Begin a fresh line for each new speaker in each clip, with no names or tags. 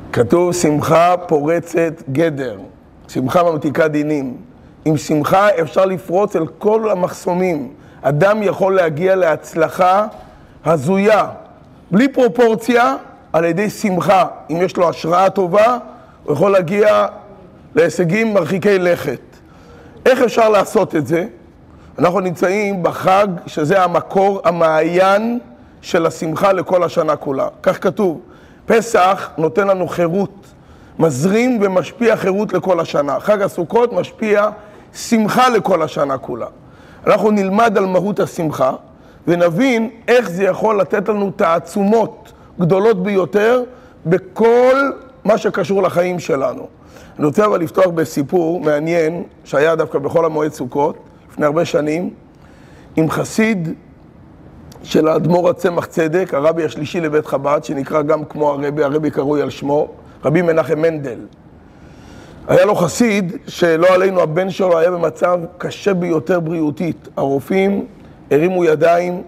כתוב שמחה פורצת גדר, שמחה ממתיקה דינים. עם שמחה אפשר לפרוץ אל כל המחסומים. אדם יכול להגיע להצלחה הזויה, בלי פרופורציה, על ידי שמחה. אם יש לו השראה טובה, הוא יכול להגיע להישגים מרחיקי לכת. איך אפשר לעשות את זה? אנחנו נמצאים בחג שזה המקור, המעיין של השמחה לכל השנה כולה. כך כתוב, פסח נותן לנו חירות, מזרים ומשפיע חירות לכל השנה. חג הסוכות משפיע שמחה לכל השנה כולה. אנחנו נלמד על מהות השמחה, ונבין איך זה יכול לתת לנו תעצומות גדולות ביותר בכל מה שקשור לחיים שלנו. אני רוצה אבל לפתוח בסיפור מעניין שהיה דווקא בכל המועד סוכות, לפני הרבה שנים, עם חסיד של האדמו"ר הצמח צדק, הרבי השלישי לבית חב"ד, שנקרא גם כמו הרבי קרוי על שמו, רבי מנחם מנדל. היה לו חסיד שלא עלינו, הבן שלו היה במצב קשה ביותר בריאותית. הרופאים הרימו ידיים,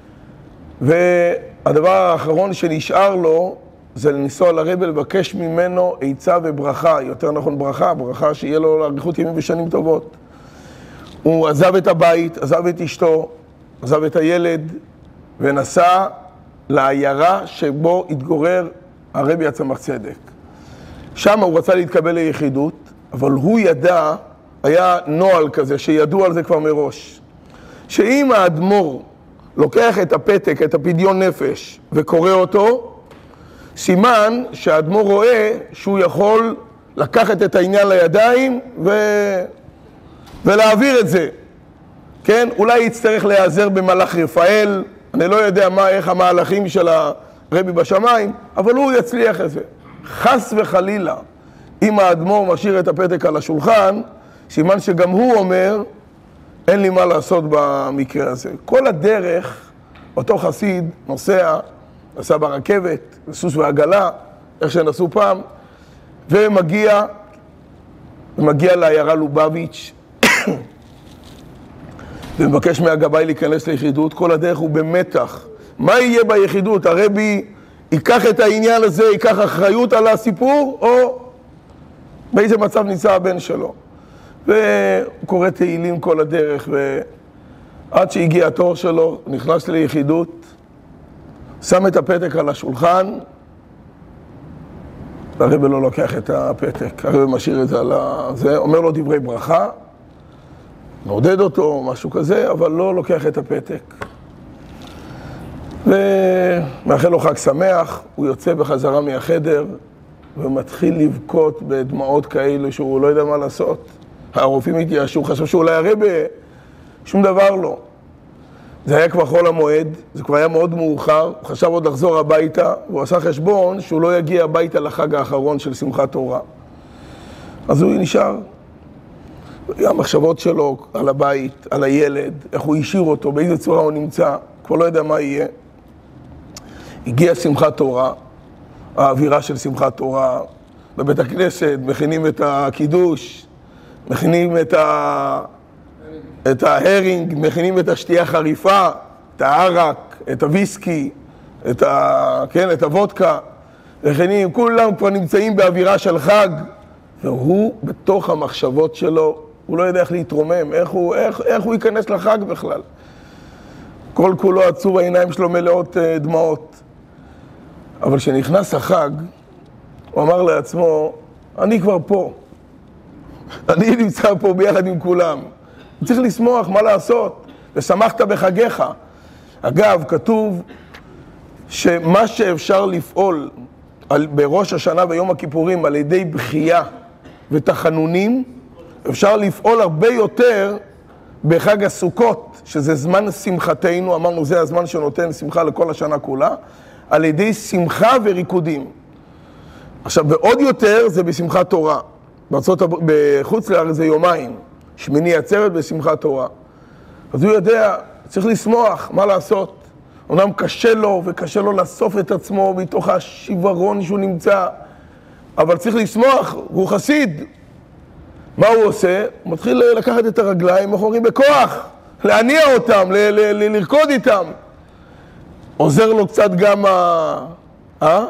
והדבר האחרון שנשאר לו זה לנסוע לרבי לבקש ממנו עצה וברכה, יותר נכון ברכה שיהיה לו לאריכות ימים ושנים טובות. הוא עזב את הבית, עזב את אשתו, עזב את הילד, ונסע לעיירה שבו התגורר הרבי הצמח צדק. שם הוא רצה להתקבל ליחידות, אבל הוא ידע, היה נוהל כזה שידעו על זה כבר מראש, שאם האדמו"ר לוקח את הפתק, את הפדיון נפש, וקורא אותו, סימן שהאדמו"ר רואה שהוא יכול לקחת את העניין לידיים ולהעביר את זה. כן? אולי יצטרך להיעזר במלאך רפאל, אני לא יודע איך המהלכים של הרבי בשמיים, אבל הוא יצליח את זה. חס וחלילה, אם האדמו"ר משאיר את הפתק על השולחן, סימן שגם הוא אומר, אין לי מה לעשות במקרה הזה. כל הדרך, אותו חסיד נסע ברכבת, בסוס ועגלה, איך שנסעו פעם, ומגיע לעיירה לובביץ', ומבקש מהגבאי להיכנס ליחידות. כל הדרך הוא במתח. מה יהיה ביחידות? הרבי ייקח את העניין הזה, ייקח אחריות על הסיפור, או באיזה מצב נמצא הבן שלו. והוא קורא תהילים כל הדרך, ועד שהגיע התור שלו, נכנס ליחידות, שם את הפתק על השולחן, והרבי לא לוקח את הפתק, הרבי משאיר את זה על זה, אומר לו דברי ברכה, מעודד אותו, משהו כזה, אבל לא לוקח את הפתק. ומאחל לו חג שמח, הוא יוצא בחזרה מהחדר, ומתחיל לבכות בדמעות כאלו שהוא לא יודע מה לעשות. הרופאים התייאשו, חשב שאולי הרבי, שום דבר לא. זה היה כבר חול המועד, זה כבר היה מאוד מאוחר, הוא חשב עוד לחזור הביתה, והוא עשה חשבון שהוא לא יגיע הביתה לחג האחרון של שמחת תורה. אז הוא נשאר. המחשבות שלו על הבית, על הילד, איך הוא השאיר אותו, באיזה צורה הוא נמצא, כבר לא יודע מה יהיה. הגיע שמחת תורה, האווירה של שמחת תורה, בבית הכנסת, מכינים את הקידוש, מכינים את ההרינג, מכינים את השתייה חריפה, את הערק, את הוויסקי, את הוודקה, מכינים, כולם כבר נמצאים באווירה של חג, והוא בתוך המחשבות שלו, הוא לא יודע איך להתרומם, איך הוא ייכנס לחג בכלל. כל כולו עצוב, העיניים שלו מלאות דמעות. אבל כשנכנס החג, הוא אמר לעצמו, אני כבר פה. אני נמצא פה ביחד עם כולם. צריך לשמוח, מה לעשות? ושמחת בחגיך. אגב, כתוב שמה שאפשר לפעול בראש השנה ויום הכיפורים על ידי בחייה ותחנונים, אפשר לפעול הרבה יותר בחג הסוכות, שזה זמן שמחתנו, אמרנו זה הזמן שנותן שמחה לכל השנה כולה, על ידי שמחה וריקודים. עכשיו, ועוד יותר זה בשמחת תורה. בחוץ לארץ זה יומיים, שמיני עצרת בשמחת תורה. אז הוא יודע, צריך לשמוח, מה לעשות? אומנם קשה לו, וקשה לו לאסוף את עצמו מתוך השיוורון שהוא נמצא, אבל צריך לשמוח, הוא חסיד. מה הוא עושה? הוא מתחיל לקחת את הרגליים, אנחנו אומרים, בכוח, להניע אותם, לרקוד איתם. עוזר לו קצת גם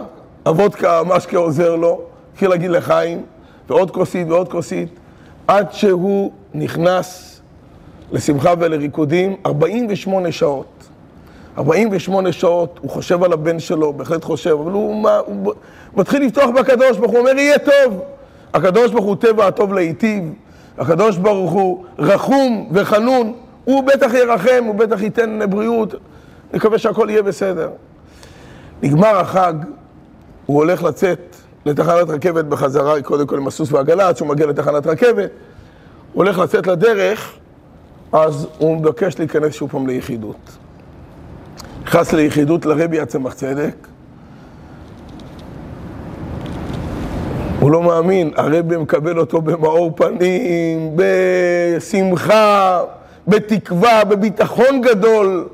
הוודקה, המשקה עוזר לו, התחיל להגיד לחיים, ועוד כוסית ועוד כוסית, עד שהוא נכנס לשמחה ולריקודים 48 שעות. 48 שעות, הוא חושב על הבן שלו, בהחלט חושב, אבל הוא מתחיל לפתוח בקדוש ברוך הוא, אומר, יהיה טוב. הקדוש ברוך הוא טבע הטוב להיטיב, הקדוש ברוך הוא רחום וחנון, הוא בטח ירחם, הוא בטח ייתן בריאות, נקווה שהכל יהיה בסדר. נגמר החג, הוא הולך לצאת לתחנת רכבת בחזרה, קודם כל עם הסוס והעגלה, עד שהוא מגיע לתחנת רכבת, הוא הולך לצאת לדרך, אז הוא מבקש להיכנס שוב פעם ליחידות. נכנס ליחידות לרבי הצמח צדק, הוא לא מאמין, הרבי מקבל אותו במאור פנים, בשמחה, בתקווה, בביטחון גדול,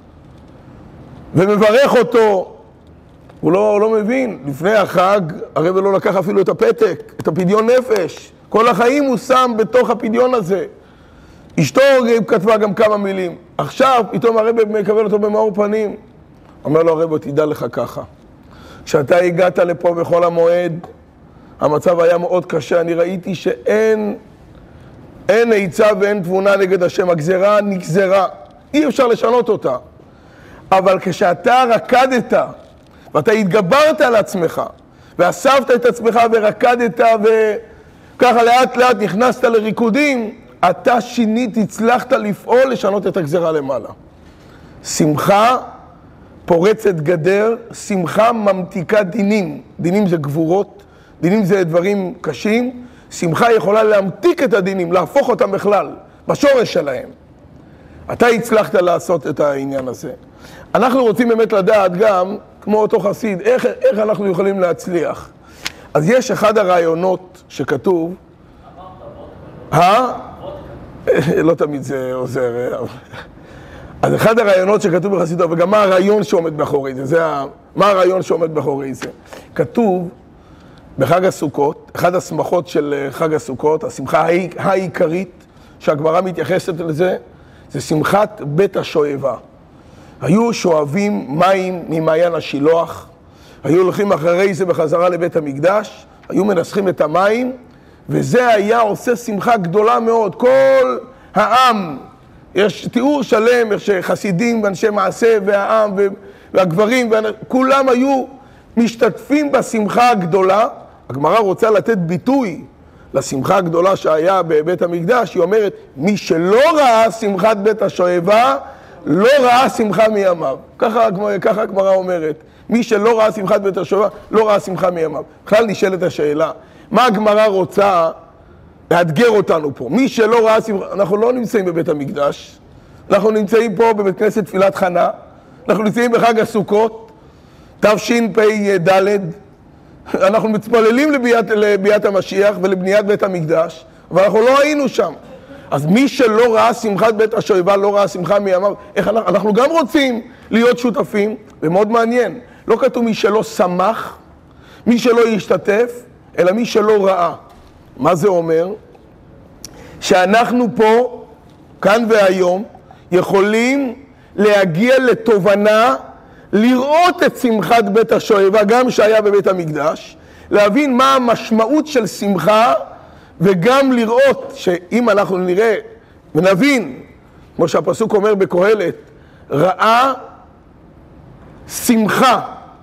ומברך אותו. הוא לא מבין, לפני החג הרבי לא לקח אפילו את הפתק, את הפדיון נפש. כל החיים הוא שם בתוך הפדיון הזה. אשתו כתבה גם כמה מילים. עכשיו פתאום הרבי מקבל אותו במאור פנים. אומר לו הרבי, תדע לך ככה, כשאתה הגעת לפה בחול המועד, המצב היה מאוד קשה, אני ראיתי שאין היצע ואין תבונה נגד השם, הגזרה נגזרה, אי אפשר לשנות אותה. אבל כשאתה רקדת, ואתה התגברת על עצמך, ואספת את עצמך ורקדת, וככה לאט לאט נכנסת לריקודים, אתה שינית, הצלחת לפעול, לשנות את הגזרה למעלה. שמחה פורצת גדר, שמחה ממתיקה דינים. דינים זה גבורות, דינים זה דברים קשים. שמחה יכולה להמתיק את הדינים, להפוך אותם בכלל, בשורש שלהם. אתה הצלחת לעשות את העניין הזה. אנחנו רוצים באמת לדעת גם, כמו אותו חסיד, איך אנחנו יכולים להצליח. אז יש אחד הרעיונות שכתוב, לא תמיד זה עוזר. אז אחד הרעיונות שכתוב בחסידות, וגם מה הרעיון שעומד מאחורי זה, מה הרעיון שעומד מאחורי זה? כתוב בחג הסוכות, אחד השמחות של חג הסוכות, השמחה העיקרית שהגמרא מתייחסת לזה, זה שמחת בית השואבה. היו שואבים מים ממעיין השילוח, היו הולכים אחרי זה בחזרה לבית המקדש, היו מנסחים את המים, וזה היה עושה שמחה גדולה מאוד. כל העם, יש תיאור שלם, איך שחסידים ואנשי מעשה והעם והגברים, כולם היו משתתפים בשמחה הגדולה. הגמרא רוצה לתת ביטוי לשמחה הגדולה שהיה בבית המקדש, היא אומרת, מי שלא ראה שמחת בית השואבה, לא ראה שמחה מימיו. ככה הגמרא אומרת, מי שלא ראה שמחת בית השואבה, לא ראה שמחה מימיו. בכלל נשאלת השאלה, מה הגמרא רוצה לאתגר אותנו פה? מי שלא ראה שמחה, אנחנו לא נמצאים בבית המקדש, אנחנו נמצאים פה בבית כנסת תפילת חנה, אנחנו נמצאים בחג הסוכות, תשפ"ד, אנחנו מתפללים לביאת המשיח ולבניית בית המקדש, אבל אנחנו לא היינו שם. אז מי שלא ראה שמחת בית השואבה, לא ראה שמחה מימיו, איך אנחנו גם רוצים להיות שותפים, ומאוד מעניין, לא כתוב מי שלא שמח, מי שלא ישתתף, אלא מי שלא ראה. מה זה אומר? שאנחנו פה, כאן והיום, יכולים להגיע לתובנה, לראות את שמחת בית השואבה, גם שהיה בבית המקדש, להבין מה המשמעות של שמחה, וגם לראות שאם אנחנו נראה ונבין, כמו שהפסוק אומר בקהלת, ראה שמחה,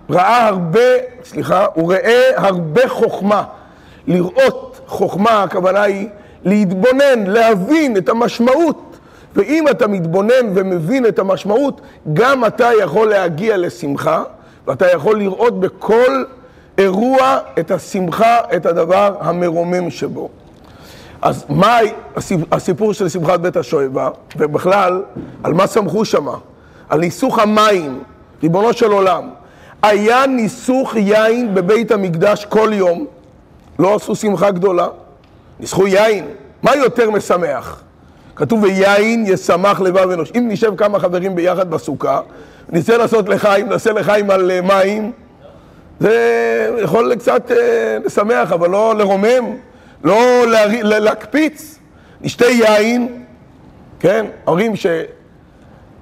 הוא ראה הרבה חוכמה. לראות חוכמה, הכוונה היא להתבונן, להבין את המשמעות. ואם אתה מתבונן ומבין את המשמעות, גם אתה יכול להגיע לשמחה, ואתה יכול לראות בכל אירוע את השמחה, את הדבר המרומם שבו. אז מה הסיפור של שמחת בית השואבה? ובכלל, על מה שמחו שמה? על ניסוך המים, ריבונו של עולם. היה ניסוך יין בבית המקדש כל יום, לא עשו שמחה גדולה, ניסחו יין. מה יותר משמח? כתוב ויין ישמח לבב אנוש. אם נשב כמה חברים ביחד בסוכה, ניסה לעשות לחיים, נעשה לחיים על מים, זה יכול קצת לשמח, אבל לא לרומם, לא להקפיץ. נשתה יין, כן? אומרים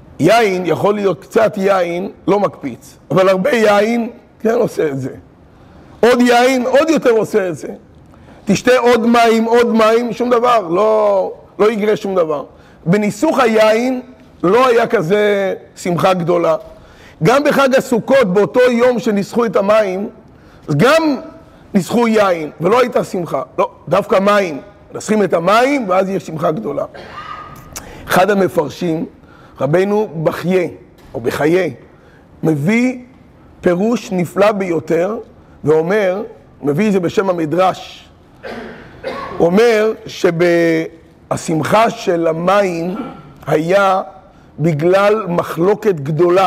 שיין יכול להיות קצת יין, לא מקפיץ, אבל הרבה יין, כן עושה את זה. עוד יין, עוד יותר עושה את זה. תשתה עוד מים, שום דבר, לא יגרה שום דבר. בניסוך היין לא היה כזה שמחה גדולה. גם בחג הסוכות, באותו יום שניסחו את המים, אז גם ניסחו יין, ולא הייתה שמחה. לא, דווקא מים. נסחים את המים, ואז יש שמחה גדולה. אחד המפרשים, רבנו בחייה, או בחייה, מביא פירוש נפלא ביותר, ואומר, מביא את זה בשם המדרש, אומר שהשמחה של המים היה בגלל מחלוקת גדולה,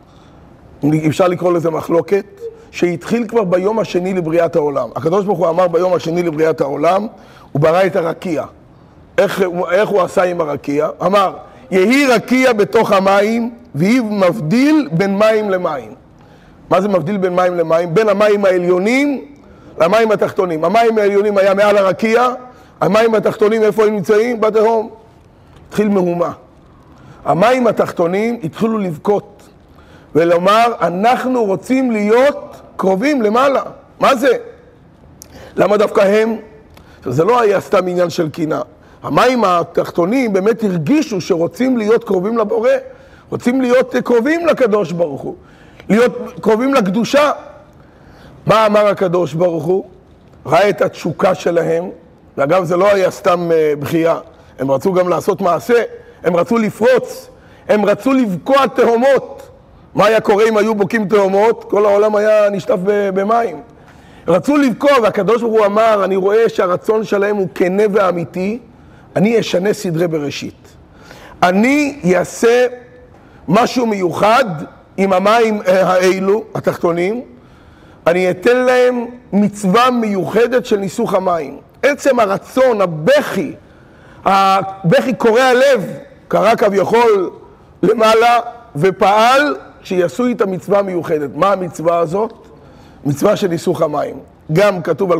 אפשר לקרוא לזה מחלוקת, שהתחיל כבר ביום השני לבריאת העולם. הקדוש ברוך הוא אמר ביום השני לבריאת העולם, הוא ברא את הרקיע. איך הוא עשה עם הרקיע? אמר, יהי רקיע בתוך המים, והיא מבדיל בין מים למים. מה זה מבדיל בין מים למים? בין המים העליונים למים התחתונים. המים העליונים היה מעל הרקיע, המים התחתונים איפה הם נמצאים? בתהום. התחיל מהומה. המים התחתונים התחילו לבכות ולומר, אנחנו רוצים להיות קרובים למעלה. מה זה? למה דווקא הם? זה לא היה סתם עניין של קינה. המים התחתונים באמת הרגישו שרוצים להיות קרובים לבורא, רוצים להיות קרובים לקדוש ברוך הוא, להיות קרובים לקדושה. מה אמר הקדוש ברוך הוא? ראה את התשוקה שלהם, ואגב זה לא היה סתם בחייה, הם רצו גם לעשות מעשה, הם רצו לפרוץ, הם רצו לבקוע תהומות. מה היה קורה אם היו בוקעים תהומות? כל העולם היה נשטף במים. רצו לבקוע, והקדוש ברוך הוא אמר, אני רואה שהרצון שלהם הוא כנה ואמיתי, אני אשנה סדרי בראשית. אני אעשה משהו מיוחד עם המים האלו, התחתונים, אני אתן להם מצווה מיוחדת של ניסוך המים. עצם הרצון, הבכי קורע לב, קרא כביכול למעלה ופעל שיעשו את המצווה מיוחדת. מה המצווה הזאת? מצווה של ניסוך המים. גם כתוב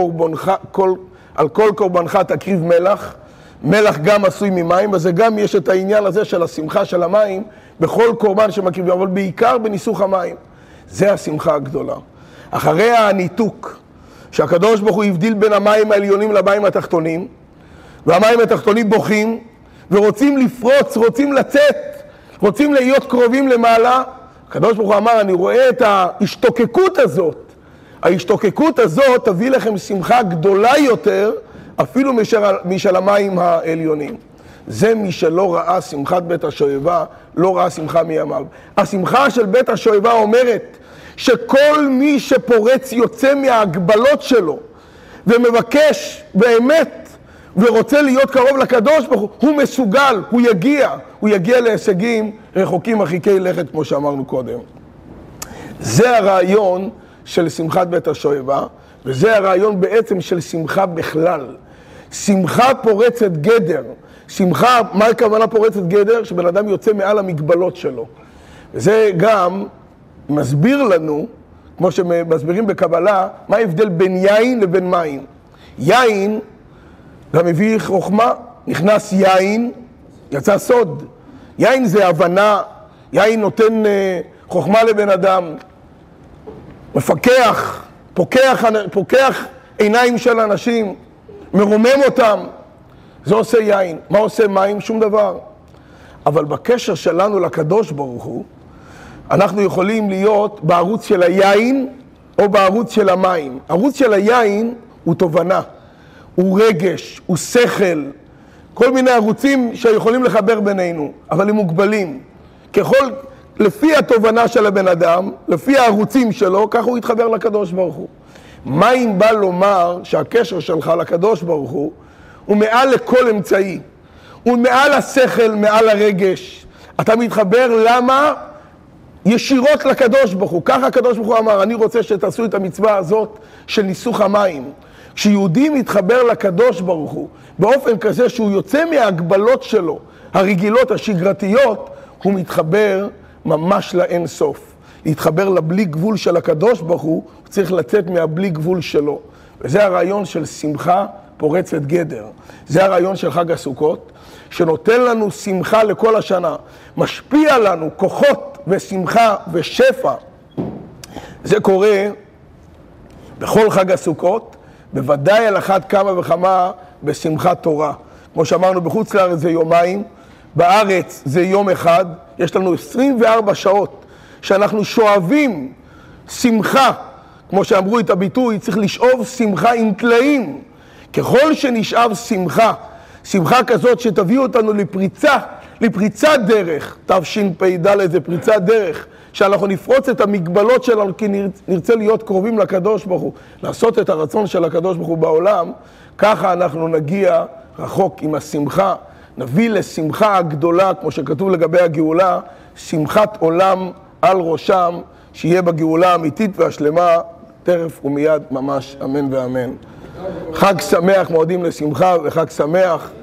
על כל קורבנך תקריב מלח, מלח גם עשוי ממים, וזה גם יש את העניין הזה של השמחה של המים בכל קורבן שמקריבים, אבל בעיקר בניסוך המים. זה השמחה הגדולה. אחרי הניתוק, שהקדוש ברוך הוא הבדיל בין המים העליונים למים התחתונים, והמים התחתונים בוכים, ורוצים לפרוץ, רוצים לצאת, רוצים להיות קרובים למעלה, הקדוש ברוך הוא אמר, אני רואה את ההשתוקקות הזאת. ההשתוקקות הזאת תביא לכם שמחה גדולה יותר, אפילו משל המים העליונים. זה מי שלא ראה שמחת בית השואבה, לא ראה שמחה מימיו. השמחה של בית השואבה אומרת שכל מי שפורץ יוצא מההגבלות שלו, ומבקש באמת, ורוצה להיות קרוב לקדוש ברוך הוא, הוא מסוגל, הוא יגיע להישגים רחוקים מרחיקי לכת, כמו שאמרנו קודם. זה הרעיון של שמחת בית השואבה, וזה הרעיון בעצם של שמחה בכלל. שמחה פורצת גדר. שמחה, מה הכוונה פורצת גדר? שבן אדם יוצא מעל המגבלות שלו. וזה גם מסביר לנו, כמו שמסבירים בקבלה, מה ההבדל בין יין לבין מים. יין גם מביא חוכמה, נכנס יין, יצא סוד. יין זה הבנה, יין נותן חוכמה לבן אדם, מפקח, פוקח עיניים של אנשים, מרומם אותם. זה עושה יין. מה עושה מים? שום דבר. אבל בקשר שלנו לקדוש ברוך הוא, אנחנו יכולים להיות בערוץ של היין או בערוץ של המים. ערוץ של היין הוא תובנה, הוא רגש, הוא שכל, כל מיני ערוצים שיכולים לחבר בינינו, אבל הם מוגבלים. לפי התובנה של הבן אדם, לפי הערוצים שלו, ככה הוא יתחבר לקדוש ברוך הוא. מים בא לומר שהקשר שלך לקדוש ברוך הוא מעל לכל אמצעי. הוא מעל השכל, מעל הרגש. אתה מתחבר למה? ישירות לקדוש ברוך הוא. ככה הקדוש ברוך הוא אמר, אני רוצה שתעשו את המצווה הזאת של ניסוך המים. כשיהודי מתחבר לקדוש ברוך הוא, באופן כזה שהוא יוצא מההגבלות שלו, הרגילות, השגרתיות, הוא מתחבר ממש לאין סוף. להתחבר לבלי גבול של הקדוש ברוך הוא צריך לצאת מהבלי גבול שלו. וזה הרעיון של שמחה פורצת גדר. זה הרעיון של חג הסוכות, שנותן לנו שמחה לכל השנה. משפיע לנו כוחות ושמחה ושפע. זה קורה בכל חג הסוכות, בוודאי על אחת כמה וכמה בשמחת תורה. כמו שאמרנו, בחוץ לארץ זה יומיים, בארץ זה יום אחד, יש לנו 24 שעות שאנחנו שואבים שמחה, כמו שאמרו את הביטוי, צריך לשאוב שמחה עם טלאים. ככל שנשאב שמחה, שמחה כזאת שתביא אותנו לפריצת דרך, תשפ"ד זה פריצת דרך, שאנחנו נפרוץ את המגבלות שלנו כי נרצה להיות קרובים לקדוש ברוך הוא, לעשות את הרצון של הקדוש ברוך הוא בעולם, ככה אנחנו נגיע רחוק עם השמחה, נביא לשמחה הגדולה, כמו שכתוב לגבי הגאולה, שמחת עולם על ראשם, שיהיה בגאולה האמיתית והשלמה, תרף ומיד ממש, אמן ואמן. חג שמח, מועדים לשמחה וחג שמח.